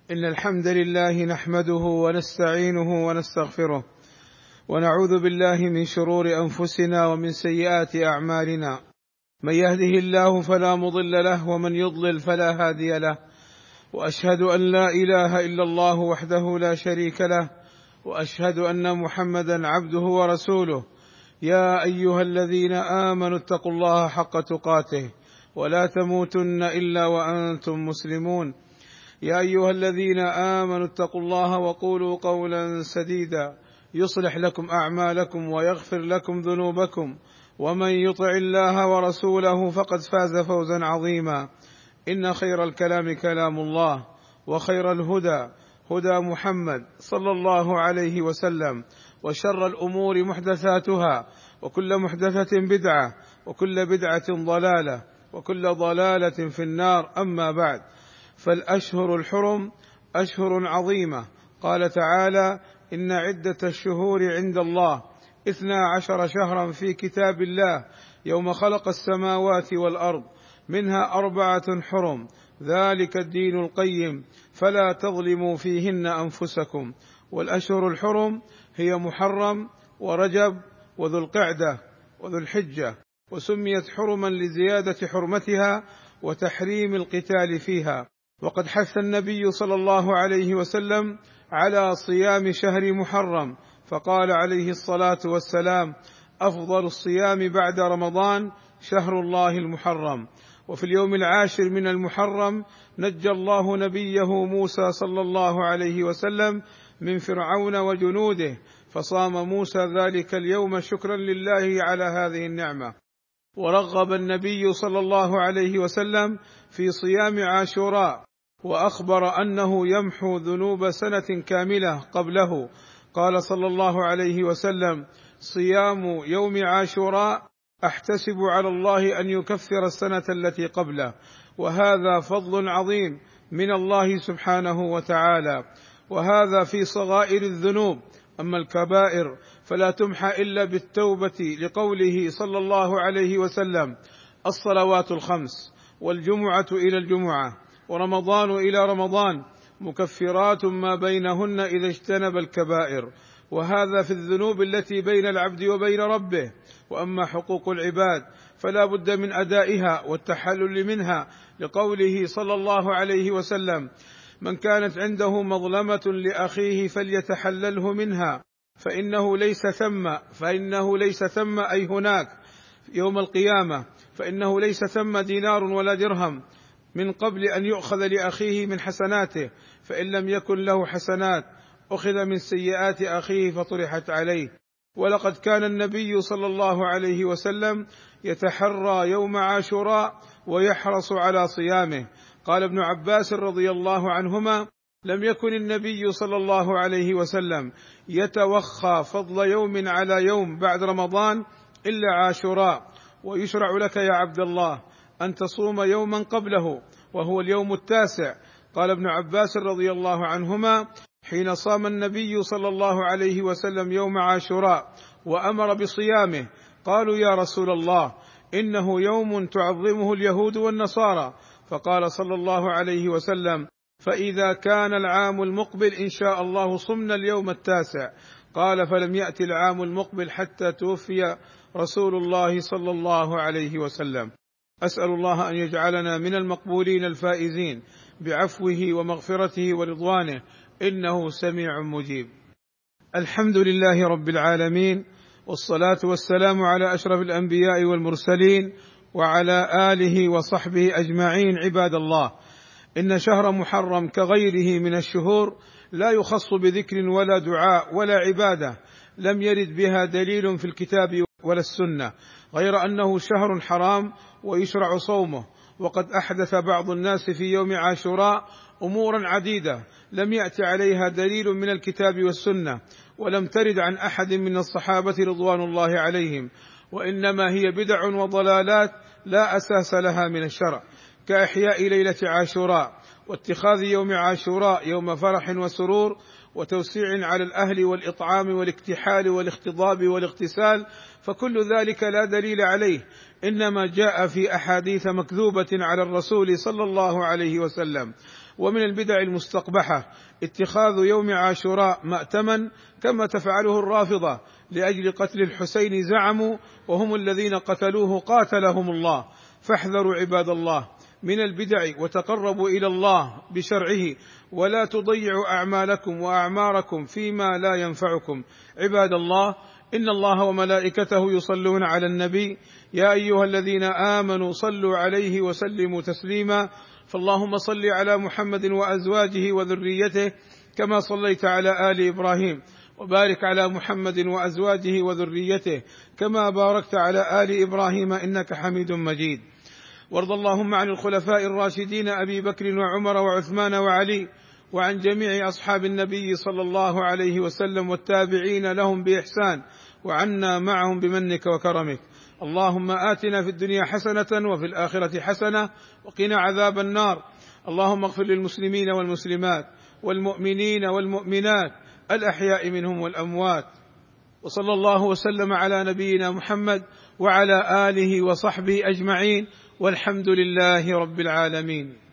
إن الحمد لله نحمده ونستعينه ونستغفره، ونعوذ بالله من شرور أنفسنا ومن سيئات أعمالنا. من يهده الله فلا مضل له، ومن يضلل فلا هادي له. وأشهد أن لا إله إلا الله وحده لا شريك له، وأشهد أن محمدا عبده ورسوله. يا أيها الذين آمنوا اتقوا الله حق تقاته، ولا تموتن إلا وأنتم مسلمون. يا أيها الذين آمنوا اتقوا الله وقولوا قولا سديدا يصلح لكم أعمالكم ويغفر لكم ذنوبكم، ومن يطع الله ورسوله فقد فاز فوزا عظيما. إن خير الكلام كلام الله، وخير الهدى هدى محمد صلى الله عليه وسلم، وشر الأمور محدثاتها، وكل محدثة بدعة، وكل بدعة ضلالة، وكل ضلالة في النار. أما بعد، فالأشهر الحرم أشهر عظيمة. قال تعالى: إن عدة الشهور عند الله 12 شهرا في كتاب الله يوم خلق السماوات والأرض، منها 4 حرم، ذلك الدين القيم، فلا تظلموا فيهن أنفسكم. والأشهر الحرم هي محرم ورجب وذو القعدة وذو الحجة، وسميت حرما لزيادة حرمتها وتحريم القتال فيها. وقد حث النبي صلى الله عليه وسلم على صيام شهر محرم، فقال عليه الصلاة والسلام: أفضل الصيام بعد رمضان شهر الله المحرم. وفي اليوم 10 من المحرم نجى الله نبيه موسى صلى الله عليه وسلم من فرعون وجنوده، فصام موسى ذلك اليوم شكرا لله على هذه النعمة. ورغب النبي صلى الله عليه وسلم في صيام عاشوراء، وأخبر أنه يمحو ذنوب سنة كاملة قبله. قال صلى الله عليه وسلم: صيام يوم عاشوراء أحتسب على الله أن يكفر السنة التي قبله. وهذا فضل عظيم من الله سبحانه وتعالى، وهذا في صغائر الذنوب. أما الكبائر فلا تمحى إلا بالتوبة، لقوله صلى الله عليه وسلم: الصلوات الخمس، والجمعة إلى الجمعة، ورمضان إلى رمضان، مكفرات ما بينهن إذا اجتنب الكبائر. وهذا في الذنوب التي بين العبد وبين ربه. وأما حقوق العباد فلا بد من أدائها والتحلل منها، لقوله صلى الله عليه وسلم: من كانت عنده مظلمة لأخيه فليتحلله منها، فإنه ليس ثم أي هناك يوم القيامة، فإنه ليس ثم دينار ولا درهم من قبل أن يؤخذ لأخيه من حسناته، فإن لم يكن له حسنات أخذ من سيئات أخيه فطرحت عليه. ولقد كان النبي صلى الله عليه وسلم يتحرى يوم عاشوراء ويحرص على صيامه. قال ابن عباس رضي الله عنهما: لم يكن النبي صلى الله عليه وسلم يتوخى فضل يوم على يوم بعد رمضان إلا عاشوراء. ويشرع لك يا عبد الله أن تصوم يوما قبله، وهو اليوم 9. قال ابن عباس رضي الله عنهما: حين صام النبي صلى الله عليه وسلم يوم عاشوراء وأمر بصيامه، قالوا: يا رسول الله، إنه يوم تعظمه اليهود والنصارى. فقال صلى الله عليه وسلم: فإذا كان العام المقبل إن شاء الله صمنا اليوم 9. قال: فلم يأتي العام المقبل حتى توفي رسول الله صلى الله عليه وسلم. أسأل الله أن يجعلنا من المقبولين الفائزين بعفوه ومغفرته ورضوانه، إنه سميع مجيب. الحمد لله رب العالمين، والصلاة والسلام على أشرف الأنبياء والمرسلين، وعلى آله وصحبه أجمعين. عباد الله، إن شهر محرم كغيره من الشهور لا يخص بذكر ولا دعاء ولا عبادة، لم يرد بها دليل في الكتاب ولا السنة، غير أنه شهر حرام ويشرع صومه. وقد أحدث بعض الناس في يوم عاشوراء أمورا عديدة لم يأت عليها دليل من الكتاب والسنة، ولم ترد عن أحد من الصحابة رضوان الله عليهم، وإنما هي بدع وضلالات لا أساس لها من الشرع، كإحياء ليلة عاشوراء، واتخاذ يوم عاشوراء يوم فرح وسرور وتوسيع على الأهل والإطعام والاكتحال والاختضاب والاغتسال، فكل ذلك لا دليل عليه، إنما جاء في أحاديث مكذوبة على الرسول صلى الله عليه وسلم. ومن البدع المستقبحة اتخاذ يوم عاشوراء مأتما كما تفعله الرافضة لأجل قتل الحسين، زعموا وهم الذين قتلوه قاتلهم الله. فاحذروا عباد الله من البدع وتقربوا إلى الله بشرعه، ولا تضيعوا أعمالكم وأعماركم فيما لا ينفعكم. عباد الله، إن الله وملائكته يصلون على النبي، يا أيها الذين آمنوا صلوا عليه وسلموا تسليما. فاللهم صل على محمد وأزواجه وذريته كما صليت على آل إبراهيم، وبارك على محمد وأزواجه وذريته كما باركت على آل إبراهيم إنك حميد مجيد. وارض اللهم عن الخلفاء الراشدين أبي بكر وعمر وعثمان وعلي، وعن جميع أصحاب النبي صلى الله عليه وسلم والتابعين لهم بإحسان، وعنا معهم بمنك وكرمك. اللهم آتنا في الدنيا حسنة وفي الآخرة حسنة وقنا عذاب النار. اللهم اغفر للمسلمين والمسلمات والمؤمنين والمؤمنات الأحياء منهم والأموات. وصلى الله وسلم على نبينا محمد وعلى آله وصحبه أجمعين، والحمد لله رب العالمين.